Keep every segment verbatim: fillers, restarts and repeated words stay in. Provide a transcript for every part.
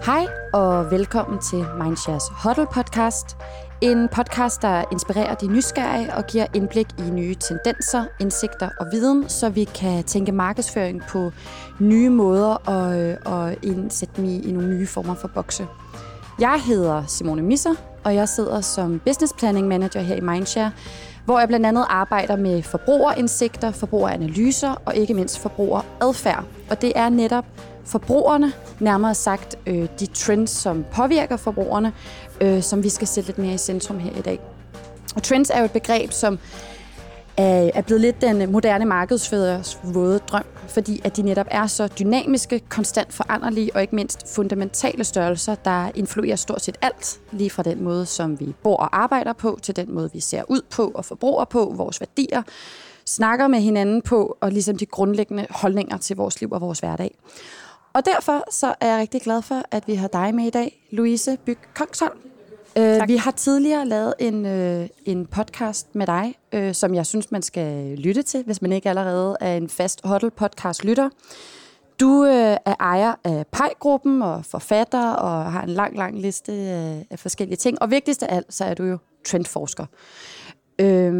Hej og velkommen til Mindshares Huddle podcast. En podcast, der inspirerer de nysgerrige og giver indblik i nye tendenser, indsigter og viden, så vi kan tænke markedsføring på nye måder og, og indsætte dem i, i nogle nye former for bokse. Jeg hedder Simone Misser, og jeg sidder som Business Planning Manager her i Mindshare, hvor jeg blandt andet arbejder med forbrugerindsigter, forbrugeranalyser og ikke mindst forbrugeradfærd. Og det er netop forbrugerne, nærmere sagt øh, de trends, som påvirker forbrugerne, øh, som vi skal sætte lidt mere i centrum her i dag. Og trends er jo et begreb, som er, er blevet lidt den moderne markedsførers våde drøm, fordi at de netop er så dynamiske, konstant foranderlige og ikke mindst fundamentale størrelser, der influerer stort set alt, lige fra den måde, som vi bor og arbejder på, til den måde, vi ser ud på og forbruger på, vores værdier, snakker med hinanden på, og ligesom de grundlæggende holdninger til vores liv og vores hverdag. Og derfor så er jeg rigtig glad for, at vi har dig med i dag, Louise Bygg Kongsholm. Uh, vi har tidligere lavet en, uh, en podcast med dig, uh, som jeg synes, man skal lytte til, hvis man ikke allerede er en fast Huddle podcast-lytter. Du uh, er ejer af Pej-gruppen og forfatter og har en lang, lang liste af, af forskellige ting. Og vigtigst af alt, så er du jo trendforsker. Uh,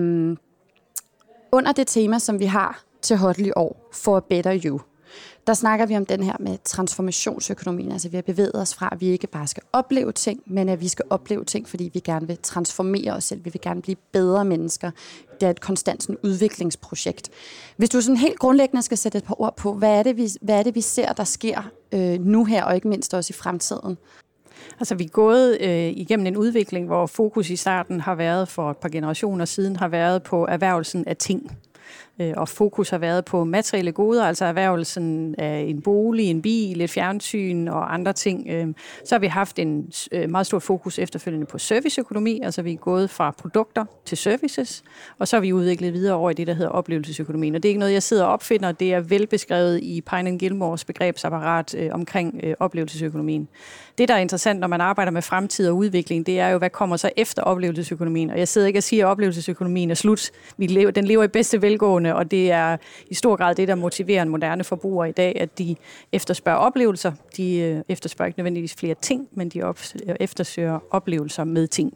under det tema, som vi har til Huddle i år, For a Better You, der snakker vi om den her med transformationsøkonomien. Altså vi har bevæget os fra, at vi ikke bare skal opleve ting, men at vi skal opleve ting, fordi vi gerne vil transformere os selv. Vi vil gerne blive bedre mennesker. Det er et konstant sådan, udviklingsprojekt. Hvis du sådan helt grundlæggende skal sætte et par ord på, hvad er det, vi, hvad er det, vi ser, der sker øh, nu her, og ikke mindst også i fremtiden? Altså, vi er gået øh, igennem en udvikling, hvor fokus i starten har været for et par generationer siden, har været på erhvervelsen af ting. Og fokus har været på materielle goder, altså erhvervelsen af en bolig, en bil, et fjernsyn og andre ting. Så har vi haft en meget stor fokus efterfølgende på serviceøkonomi, altså vi er gået fra produkter til services, og så har vi udviklet videre over i det, der hedder oplevelsesøkonomien. Og det er ikke noget, jeg sidder og opfinder, det er velbeskrevet i Pine and Gilmores begrebsapparat omkring oplevelsesøkonomien. Det, der er interessant, når man arbejder med fremtid og udvikling, det er jo, hvad kommer så efter oplevelsesøkonomien. Og jeg sidder ikke og siger, at oplevelsesøkonomien er slut. Vi lever, den lever i bedste velgående, og det er i stor grad det, der motiverer en moderne forbruger i dag, at de efterspørger oplevelser. De efterspørger ikke nødvendigvis flere ting, men de eftersøger oplevelser med ting.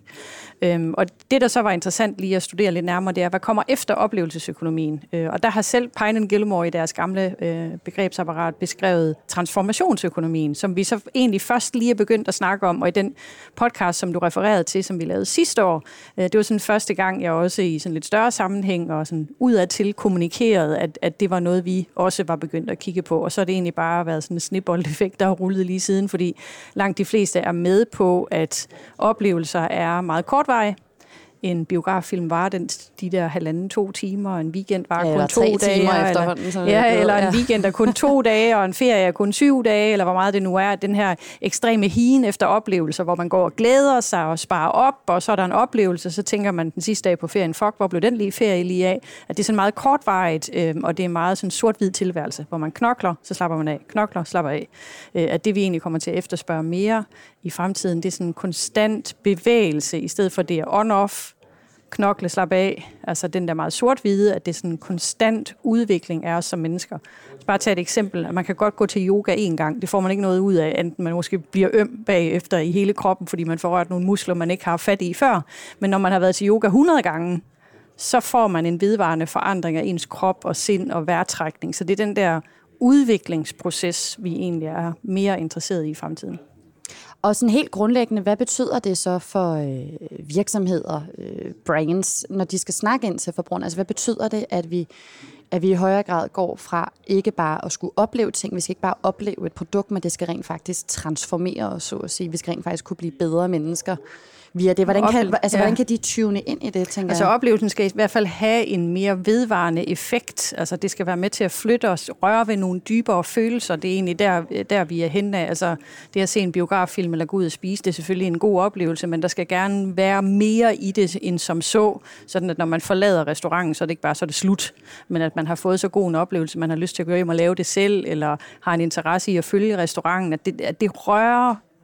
Og det, der så var interessant lige at studere lidt nærmere, det er, hvad kommer efter oplevelsesøkonomien. Og der har selv Pine and Gilmore i deres gamle begrebsapparat beskrevet transformationsøkonomien, som vi så egentlig først lige er begyndt at snakke om, og i den podcast, som du refererede til, som vi lavede sidste år, det var sådan første gang, jeg også i sådan lidt større sammenhæng og sådan udadtil kommunikerede, at, at det var noget, vi også var begyndt at kigge på, og så har det egentlig bare været sådan en snibboldeffekt, der har rullet lige siden, fordi langt de fleste er med på, at oplevelser er meget kortvarige. En biograffilm var den, de der halvanden, to timer, og en weekend var ja, kun to dage. Eller, ja, eller en ja. weekend er kun to dage, og en ferie er kun syv dage, eller hvor meget det nu er. Den her ekstreme higen efter oplevelser, hvor man går og glæder sig og sparer op, og så er der en oplevelse, så tænker man den sidste dag på ferien, fuck, hvor blev den lige ferie lige af? At det er sådan meget kortvarigt, øh, og det er meget sådan sort-hvid tilværelse, hvor man knokler, så slapper man af. Knokler, slapper af. Øh, at det vi egentlig kommer til at efterspørge mere i fremtiden, det er sådan en konstant bevægelse, i stedet for det er on-off, knokle, slap af, altså den der meget sort-hvide, at det er sådan en konstant udvikling af os som mennesker. Bare tage et eksempel, at man kan godt gå til yoga en gang, det får man ikke noget ud af, enten man måske bliver øm bagefter i hele kroppen, fordi man får rørt nogle muskler, man ikke har fat i før, men når man har været til yoga hundrede gange, så får man en vedvarende forandring af ens krop og sind og vejrtrækning, så det er den der udviklingsproces, vi egentlig er mere interesseret i i fremtiden. Og sådan helt grundlæggende, hvad betyder det så for øh, virksomheder, øh, brands, når de skal snakke ind til forbrugerne? Altså, hvad betyder det, at vi, at vi i højere grad går fra ikke bare at skulle opleve ting, vi skal ikke bare opleve et produkt, men det skal rent faktisk transformere os, så at sige. Vi skal rent faktisk kunne blive bedre mennesker via det. Hvordan kan, altså, ja. hvordan kan de tune ind i det, tænker altså, jeg? Oplevelsen skal i hvert fald have en mere vedvarende effekt. Altså, det skal være med til at flytte os, røre ved nogle dybere følelser. Det er egentlig der, der vi er henne af. Altså, det at se en biograffilm eller gå ud og spise, det er selvfølgelig en god oplevelse, men der skal gerne være mere i det end som så. Sådan at når man forlader restauranten, så er det ikke bare så er det slut, men at man har fået så god en oplevelse, man har lyst til at gå hjem og lave det selv, eller har en interesse i at følge restauranten, at det, at det rører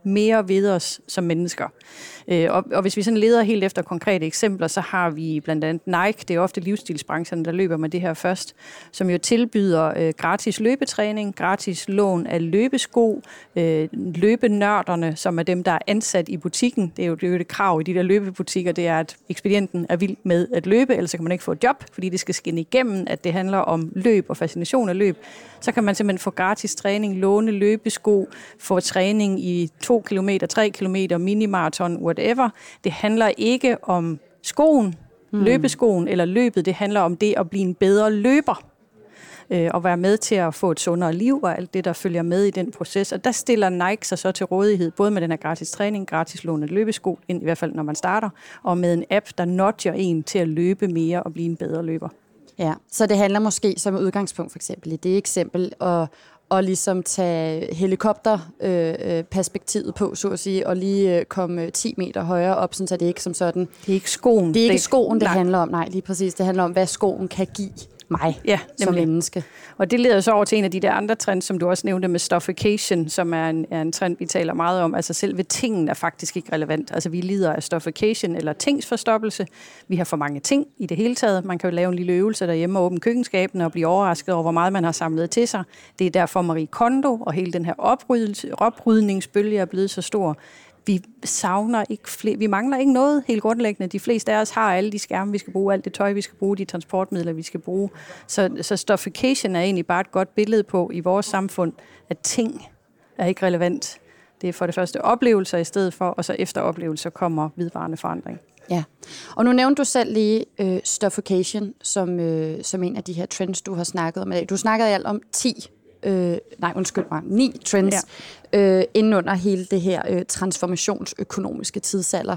mere ved os som mennesker. Og, og hvis vi sådan leder helt efter konkrete eksempler, så har vi blandt andet Nike, det er ofte livsstilsbranchen, der løber med det her først, som jo tilbyder øh, gratis løbetræning, gratis lån af løbesko, øh, løbenørderne, som er dem, der er ansat i butikken. Det er jo det, er jo det krav i de der løbebutikker, det er, at ekspedienten er vild med at løbe, ellers kan man ikke få et job, fordi det skal skinne igennem, at det handler om løb og fascination af løb. Så kan man simpelthen få gratis træning, låne løbesko, få træning i to kilometer, tre kilometer, minimaraton, whatever. Det handler ikke om skoen, mm. løbeskoen eller løbet. Det handler om det at blive en bedre løber øh, og være med til at få et sundere liv og alt det, der følger med i den proces. Og der stiller Nike sig så til rådighed, både med den her gratis træning, gratis lån af løbesko, i hvert fald når man starter, og med en app, der nudger en til at løbe mere og blive en bedre løber. Ja, så det handler måske som udgangspunkt for eksempel i det eksempel at og ligesom tage helikopterperspektivet øh, på, så at sige, og lige øh, komme ti meter højere op, sådan, så det er ikke som sådan. Det er ikke skoen. Det er ikke skoen, det nej. handler om. Nej, lige præcis. Det handler om, hvad skoen kan give mig ja, som menneske. Og det leder så over til en af de der andre trends, som du også nævnte med stuffication, som er en, er en trend, vi taler meget om. Altså selve tingen er faktisk ikke relevant. Altså vi lider af stuffication eller tingsforstoppelse. Vi har for mange ting i det hele taget. Man kan jo lave en lille øvelse derhjemme og åbne køkkenskabene og blive overrasket over, hvor meget man har samlet til sig. Det er derfor Marie Kondo og hele den her oprydningsbølge er blevet så stor. Vi savner ikke flere, vi mangler ikke noget helt grundlæggende. De fleste af os har alle de skærme, vi skal bruge, alt det tøj, vi skal bruge, de transportmidler, vi skal bruge. Så, så stuffication er egentlig bare et godt billede på i vores samfund, at ting er ikke relevant. Det er for det første oplevelser i stedet for, og så efter oplevelser kommer vidvarende forandring. Ja, og nu nævnte du selv lige øh, stuffication som, øh, som en af de her trends, du har snakket om. Du snakkede alt om ti Øh, nej, undskyld mig, ni trends ja. øh, inden under hele det her øh, transformationsøkonomiske tidsalder.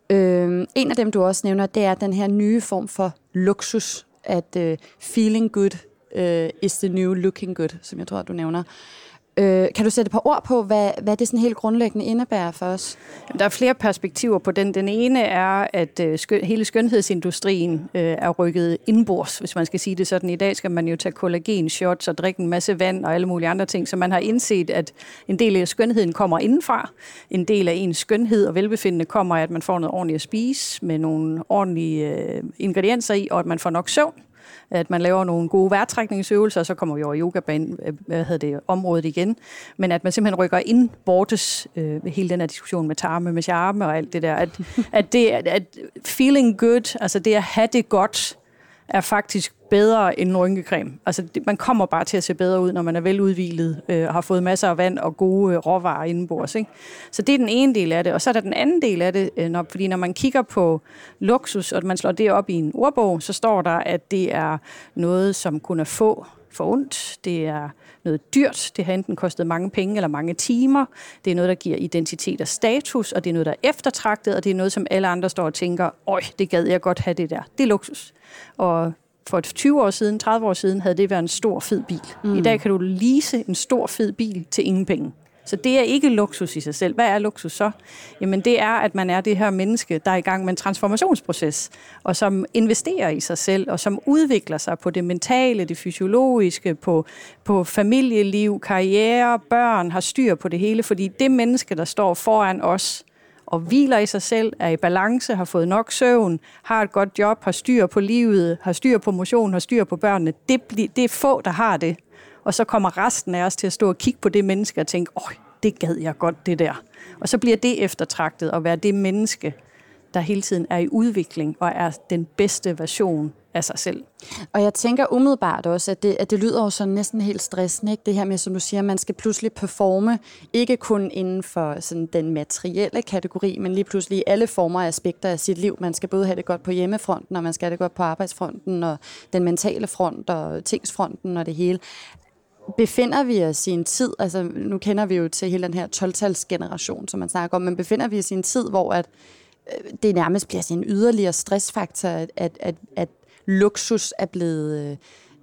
Øh, en af dem, du også nævner, det er den her nye form for luksus, at øh, feeling good øh, is the new looking good, som jeg tror, du nævner. Øh, kan du sætte et par ord på, hvad, hvad det sådan helt grundlæggende indebærer for os? Der er flere perspektiver på den. Den ene er, at øh, skøn, hele skønhedsindustrien øh, er rykket indbords, hvis man skal sige det sådan. I dag skal man jo tage kollagenshots og drikke en masse vand og alle mulige andre ting, så man har indset, at en del af skønheden kommer indenfra. En del af ens skønhed og velbefindende kommer af, at man får noget ordentligt at spise med nogle ordentlige øh, ingredienser i, og at man får nok søvn. At man laver nogle gode vejrtrækningsøvelser, og så kommer vi over yogabanen, hvad hedder det, området igen. Men at man simpelthen rykker ind vortes øh, hele den her diskussion med tarme, med charme og alt det der. At, at det at feeling good, altså det at have det godt, er faktisk bedre end rynkecreme. Altså det, man kommer bare til at se bedre ud, når man er veludhvilet øh, og har fået masser af vand og gode øh, råvarer indenbords, ikke? Så det er den ene del af det. Og så er der den anden del af det, øh, når, fordi når man kigger på luksus, og man slår det op i en ordbog, så står der, at det er noget, som kun er få for ondt. Det er noget dyrt. Det har enten kostet mange penge eller mange timer. Det er noget, der giver identitet og status, og det er noget, der er eftertragtet, og det er noget, som alle andre står og tænker, øj, det gad jeg godt have det der. Det er luksus. Og for tyve år siden, tredive år siden, havde det været en stor, fed bil. Mm. I dag kan du lease en stor, fed bil til ingen penge. Så det er ikke luksus i sig selv. Hvad er luksus så? Jamen det er, at man er det her menneske, der er i gang med en transformationsproces, og som investerer i sig selv, og som udvikler sig på det mentale, det fysiologiske, på, på familieliv, karriere, børn, har styr på det hele, fordi det menneske, der står foran os, og hviler i sig selv, er i balance, har fået nok søvn, har et godt job, har styr på livet, har styr på motion, har styr på børnene. Det, det er få, der har det. Og så kommer resten af os til at stå og kigge på det menneske og tænke, åh, det gad jeg godt, det der. Og så bliver det eftertragtet at være det menneske, der hele tiden er i udvikling og er den bedste version af sig selv. Og jeg tænker umiddelbart også, at det, at det lyder jo sådan næsten helt stressende, ikke? Det her med, som du siger, man skal pludselig performe, ikke kun inden for sådan den materielle kategori, men lige pludselig i alle former og aspekter af sit liv. Man skal både have det godt på hjemmefronten, og man skal have det godt på arbejdsfronten, og den mentale front, og tingsfronten, og det hele. Befinder vi os i en tid, altså nu kender vi jo til hele den her tolv-talsgeneration, som man snakker om, men befinder vi os i en tid, hvor at, øh, det nærmest bliver sådan en yderligere stressfaktor, at, at, at, at luksus er blevet,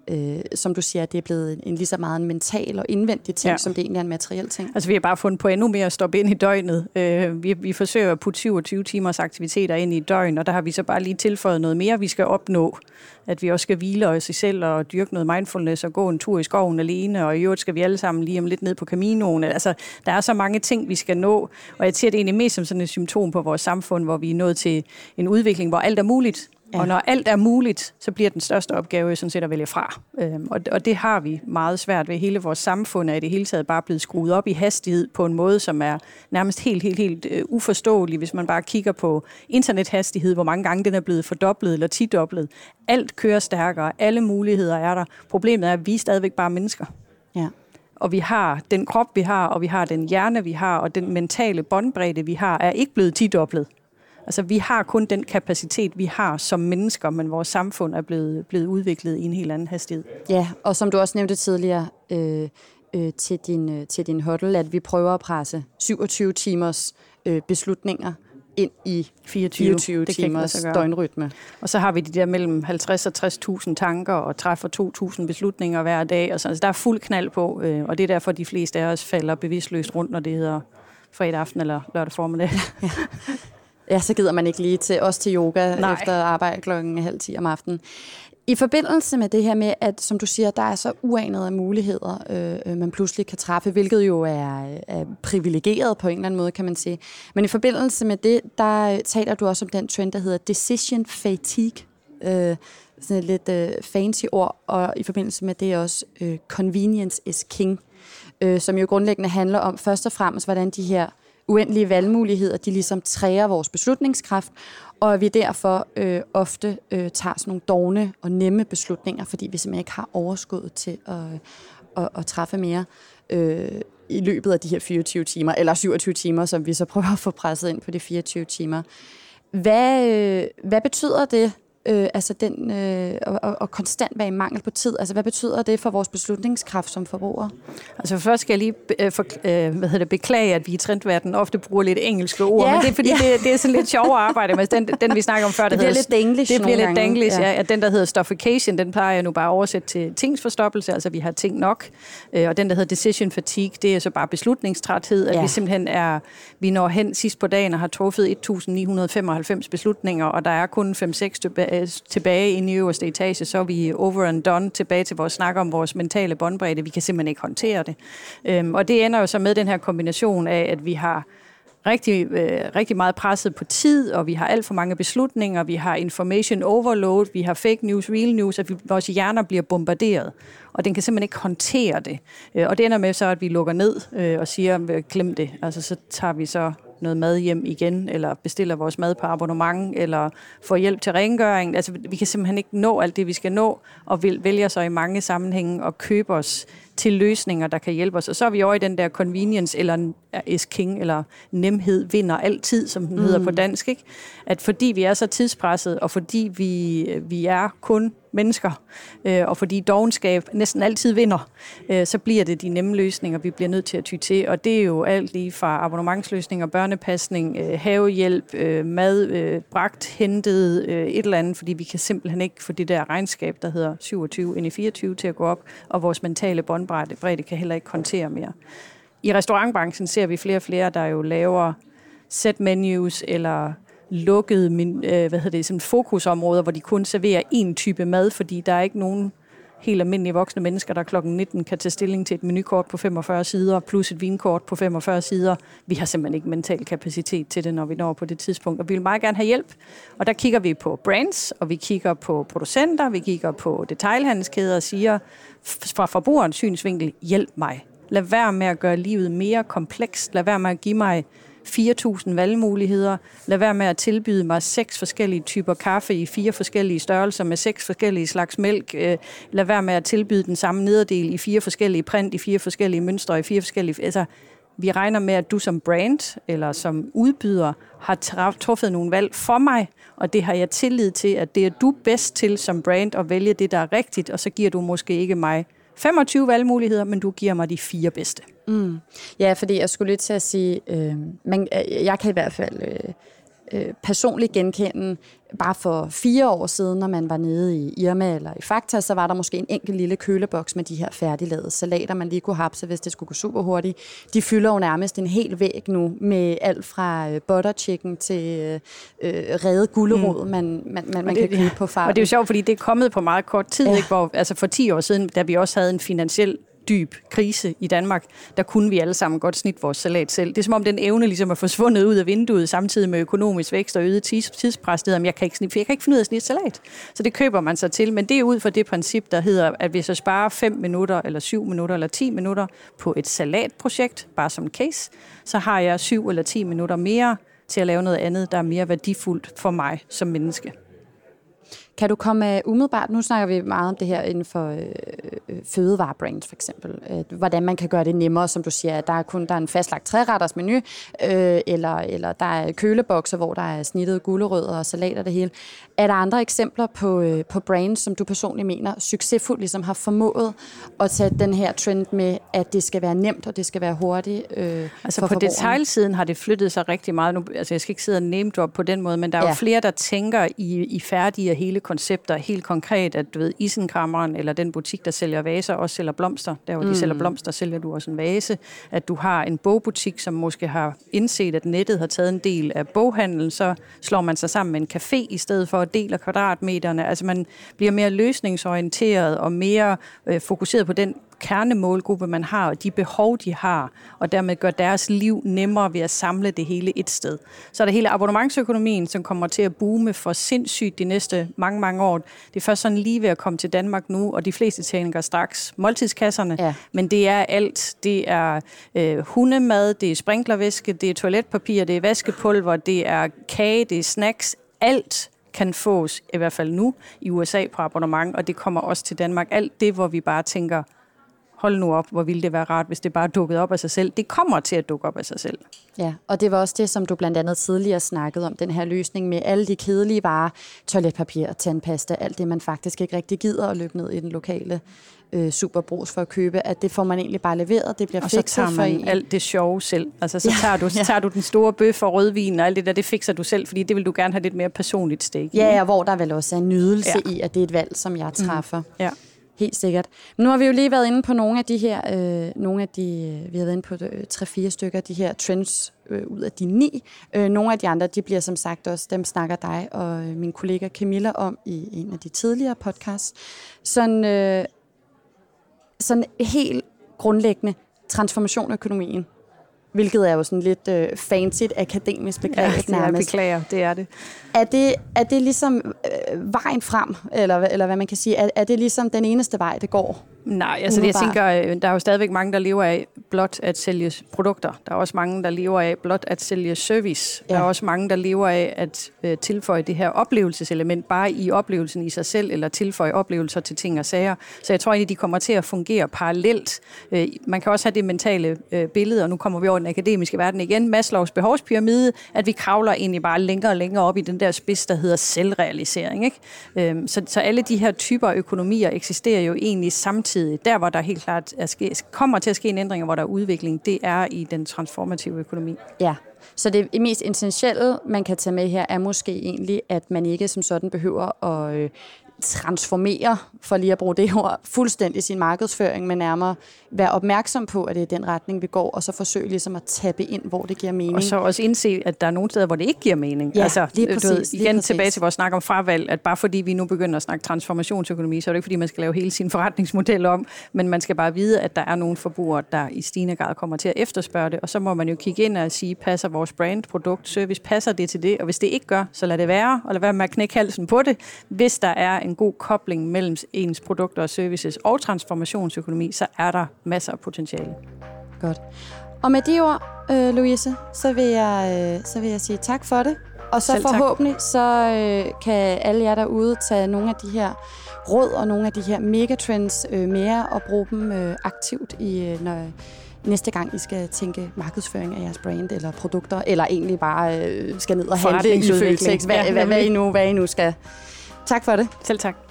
øh, som du siger, det er blevet en lige så meget en mental og indvendig ting, ja. som det egentlig er en materiel ting. Altså vi har bare fundet på endnu mere at stoppe ind i døgnet. Øh, vi, vi forsøger at putte syvogtyve timers aktiviteter ind i døgn, og der har vi så bare lige tilføjet noget mere, vi skal opnå. At vi også skal hvile os i selv og dyrke noget mindfulness og gå en tur i skoven alene, og i øvrigt skal vi alle sammen lige om lidt ned på Caminoen. Altså, der er så mange ting, vi skal nå, og jeg ser det egentlig mest som sådan et symptom på vores samfund, hvor vi er nået til en udvikling, hvor alt er muligt. Ja. Og når alt er muligt, så bliver den største opgave sådan set at vælge fra. Øhm, og, og det har vi meget svært ved. Hele vores samfund er i det hele taget bare blevet skruet op i hastighed på en måde, som er nærmest helt, helt, helt uh, uforståelig, hvis man bare kigger på internethastighed, hvor mange gange den er blevet fordoblet eller tidoblet. Alt kører stærkere, alle muligheder er der. Problemet er, at vi er stadigvæk bare mennesker. Ja. Og vi har den krop, vi har, og vi har den hjerne, vi har, og den mentale båndbredde, vi har, er ikke blevet tidoblet. Altså, vi har kun den kapacitet, vi har som mennesker, men vores samfund er blevet, blevet udviklet i en helt anden hastighed. Ja, og som du også nævnte tidligere øh, øh, til din, øh, til din huddle, at vi prøver at presse syvogtyve timers øh, beslutninger ind i fireogtyve, fireogtyve timers døgnrytme. Og så har vi de der mellem halvtreds og tres tusind tanker og træffer to tusind beslutninger hver dag. Og så, altså, der er fuld knald på, øh, og det er derfor, de fleste af os falder bevidstløst rundt, når det hedder fredag aften eller lørdag formiddag. Ja. Ja, så gider man ikke lige til os til yoga Nej. efter arbejde klokken halv ti om aftenen. I forbindelse med det her med, at som du siger, der er så uanede muligheder, øh, man pludselig kan træffe, hvilket jo er, er privilegeret på en eller anden måde, kan man sige. Men i forbindelse med det, der taler du også om den trend, der hedder decision fatigue. Øh, sådan et lidt øh, fancy ord, og i forbindelse med det også øh, convenience is king, øh, som jo grundlæggende handler om først og fremmest, hvordan de her uendelige valgmuligheder, de ligesom træger vores beslutningskraft, og at vi derfor øh, ofte øh, tager sådan nogle dovne og nemme beslutninger, fordi vi simpelthen ikke har overskud til at, at, at træffe mere øh, i løbet af de her fireogtyve timer, eller syvogtyve timer, som vi så prøver at få presset ind på de fireogtyve timer. Hvad, øh, hvad betyder det, øh, altså den, øh, og, og konstant være i mangel på tid? Altså, hvad betyder det for vores beslutningskraft som forbrugere? Altså, først skal jeg lige øh, for, øh, hvad hedder det, beklage, at vi i trendverdenen ofte bruger lidt engelske ord, ja, men det er fordi, ja. det, det er sådan lidt sjovere at arbejde med. Den, den vi snakker om før, det bliver hedder, lidt danglish. Det bliver lidt danglish, ja. ja. ja. Den, der hedder stuffication, den plejer jeg nu bare at oversætte til tingsforstoppelse, altså vi har ting nok. Øh, og den, der hedder decision fatigue, det er så bare beslutningstræthed, at ja. vi simpelthen er, vi når hen sidst på dagen og har truffet et tusind ni hundrede femoghalvfems beslutninger, og der er kun fem seks tilbage inde i øverste etage, så er vi over and done, tilbage til vores snak om vores mentale båndbredde. Vi kan simpelthen ikke håndtere det. Øhm, og det ender jo så med den her kombination af, at vi har rigtig, øh, rigtig meget presset på tid, og vi har alt for mange beslutninger, vi har information overload, vi har fake news, real news, at vi, vores hjerner bliver bombarderet, og den kan simpelthen ikke håndtere det. Øh, og det ender med så, at vi lukker ned øh, og siger, glem det. Altså så tager vi så noget mad hjem igen, eller bestiller vores mad på abonnement, eller får hjælp til rengøring. Altså, vi kan simpelthen ikke nå alt det, vi skal nå, og vælger så i mange sammenhænge at købe os til løsninger, der kan hjælpe os. Og så er vi over i den der convenience, eller is king, eller nemhed vinder altid, som den mm. hedder på dansk, ikke? At fordi vi er så tidspresset, og fordi vi, vi er kun mennesker, øh, og fordi dovenskab næsten altid vinder, øh, så bliver det de nemme løsninger, vi bliver nødt til at ty til. Og det er jo alt lige fra abonnementsløsninger, børnepasning, øh, havehjælp, øh, mad, øh, bragt, hentet, øh, et eller andet, fordi vi kan simpelthen ikke få det der regnskab, der hedder syvogtyve ind i fireogtyve til at gå op, og vores mentale båndbredde kan heller ikke håndtere mere. I restaurantbranchen ser vi flere og flere, der jo laver set menus eller lukkede øh, hvad hedder det, sådan fokusområder, hvor de kun serverer én type mad, fordi der er ikke nogen helt almindelige voksne mennesker, der klokken nitten kan tage stilling til et menukort på femogfyrre sider, plus et vinkort på femogfyrre sider. Vi har simpelthen ikke mental kapacitet til det, når vi når på det tidspunkt, og vi vil meget gerne have hjælp. Og der kigger vi på brands, og vi kigger på producenter, vi kigger på detailhandelskæder og siger, fra forbrugerens synsvinkel, hjælp mig. Lad være med at gøre livet mere komplekst. Lad være med at give mig fire tusind valgmuligheder. Lad være med at tilbyde mig seks forskellige typer kaffe i fire forskellige størrelser med seks forskellige slags mælk. Lad være med at tilbyde den samme nederdel i fire forskellige print, i fire forskellige mønstre, i fire forskellige... Altså, vi regner med, at du som brand eller som udbyder har truffet nogle valg for mig, og det har jeg tillid til, at det er du bedst til som brand at vælge det, der er rigtigt, og så giver du måske ikke mig femogtyve valgmuligheder, men du giver mig de fire bedste. Mm. Ja, fordi jeg skulle lidt til at sige, øh, man, jeg kan i hvert fald øh, øh, personligt genkende, bare for fire år siden, når man var nede i Irma eller i Fakta, så var der måske en enkelt lille køleboks med de her færdiglavede salater, man lige kunne hapse, hvis det skulle gå super hurtigt. De fylder jo nærmest en hel væg nu med alt fra øh, butter chicken til øh, revet gulerod, mm. man, man, man, man det, kan købe på farten. Og det er jo sjovt, fordi det er kommet på meget kort tid, ja. Ikke? Hvor, altså for ti år siden, da vi også havde en finansiel dyb krise i Danmark, der kunne vi alle sammen godt snitte vores salat selv. Det er som om den evne ligesom er forsvundet ud af vinduet, samtidig med økonomisk vækst og øget tidspres. Det jeg kan ikke snitte, jeg kan ikke finde ud af at snitte salat. Så det køber man sig til, men det er ud fra det princip, der hedder, at hvis jeg sparer fem minutter, eller syv minutter, eller ti minutter på et salatprojekt, bare som en case, så har jeg syv eller ti minutter mere til at lave noget andet, der er mere værdifuldt for mig som menneske. Kan du komme umiddelbart, nu snakker vi meget om det her inden for øh, fødevarebrands for eksempel, øh, hvordan man kan gøre det nemmere, som du siger, at der er kun der er en fastlagt treretters menu, øh, eller, eller der er kølebokser, hvor der er snittet gulerødder og salat og det hele. Er der andre eksempler på, øh, på brands, som du personligt mener succesfuldt ligesom har formået at tage den her trend med, at det skal være nemt, og det skal være hurtigt øh, altså for på detailsiden har det flyttet sig rigtig meget. Nu, altså jeg skal ikke sidde og name drop på den måde, men der er ja. jo flere, der tænker i, i færdige og hele koncepter. Helt konkret, at du ved, Isenkrammeren eller den butik, der sælger vaser, også sælger blomster. Der hvor mm. de sælger blomster, sælger du også en vase. At du har en bogbutik, som måske har indset, at nettet har taget en del af boghandlen, så slår man sig sammen med en café i stedet for at dele kvadratmeterne. Altså man bliver mere løsningsorienteret og mere øh, fokuseret på den kernemålgruppe, man har, og de behov, de har, og dermed gør deres liv nemmere ved at samle det hele et sted. Så er der hele abonnementsøkonomien, som kommer til at boome for sindssygt de næste mange, mange år. Det er først sådan lige ved at komme til Danmark nu, og de fleste tænker straks måltidskasserne, ja. Men det er alt. Det er øh, hundemad, det er sprinklervæske, det er toiletpapir, det er vaskepulver, det er kage, det er snacks, alt kan fås, i hvert fald nu, i U S A på abonnement, og det kommer også til Danmark. Alt det, hvor vi bare tænker, hold nu op, hvor ville det være rart, hvis det bare dukkede op af sig selv. Det kommer til at dukke op af sig selv. Ja, og det var også det, som du blandt andet tidligere snakkede om, den her løsning med alle de kedelige varer, toiletpapir, tandpasta, alt det, man faktisk ikke rigtig gider at løbe ned i den lokale øh, superbrus for at købe, at det får man egentlig bare leveret, det bliver og fikset så tager man for alt det sjove selv. Altså så tager du, så tager du den store bøf og rødvin og alt det der, det fikser du selv, fordi det vil du gerne have lidt mere personligt stik i. Ja, og hvor der vel også er en nydelse ja. i, at det er et valg, som jeg træffer. Mm. Ja. Helt sikkert. Nu har vi jo lige været inde på nogle af de her, øh, nogle af de, vi har været inde på tre-fire stykker, de her trends øh, ud af de ni. Øh, nogle af de andre, de bliver som sagt også, dem snakker dig og min kollega Camilla om i en af de tidligere podcasts. Sådan, øh, sådan helt grundlæggende transformation af økonomien, hvilket er jo sådan lidt øh, fancy akademisk begreb ja, det nærmest. Jeg beklager, det er det. Er det, er det ligesom øh, vejen frem, eller, eller hvad man kan sige? Er, er det ligesom den eneste vej, det går? Nej, altså det, jeg tænker, der er jo stadigvæk mange, der lever af blot at sælge produkter. Der er også mange, der lever af blot at sælge service. Ja. Der er også mange, der lever af at øh, tilføje det her oplevelseselement bare i oplevelsen i sig selv, eller tilføje oplevelser til ting og sager. Så jeg tror egentlig, de kommer til at fungere parallelt. Øh, man kan også have det mentale øh, billede, og nu kommer vi over den akademiske verden igen, Maslows behovspyramide, at vi kravler egentlig bare længere og længere op i den der spids, der hedder selvrealisering. Ikke? Øh, så, så alle de her typer økonomier eksisterer jo egentlig samtidig. Der, hvor der helt klart er ske, kommer til at ske en ændring, hvor der er udvikling, det er i den transformative økonomi. Ja, så det mest essentielle, man kan tage med her, er måske egentlig, at man ikke som sådan behøver at øh, transformere, for lige at bruge det ord, fuldstændig sin markedsføring, men nærmere være opmærksom på, at det er den retning, vi går, og så forsøge ligesom at tappe ind, hvor det giver mening. Og så også indse, at der er nogle steder, hvor det ikke giver mening. Ja, altså, lige præcis. Du ved, igen lige tilbage til vores snak om fravalg, at bare fordi vi nu begynder at snakke transformationsøkonomi, så er det ikke fordi, man skal lave hele sin forretningsmodel om, men man skal bare vide, at der er nogle forbrugere, der i stigende grad kommer til at efterspørge det, og så må man jo kigge ind og sige, passer vores brand, produkt, service, passer det til det, og hvis det ikke gør, så lad det være, og lad være med at knække halsen på det. Hvis der er en god kobling mellem ens produkter og services og transformationsøkonomi, så er der masser af potentiale. Godt. Og med de ord, øh, Louise, så vil, jeg, øh, så vil jeg sige tak for det. Og så Selv forhåbentlig, tak. så øh, kan alle jer derude tage nogle af de her råd og nogle af de her megatrends øh, mere og bruge dem øh, aktivt i, øh, når næste gang I skal tænke markedsføring af jeres brand eller produkter, eller egentlig bare øh, skal ned og handle i udvikling. Hvad, ja, hvad, hvad, I nu, hvad I nu skal. Tak for det. Selv tak.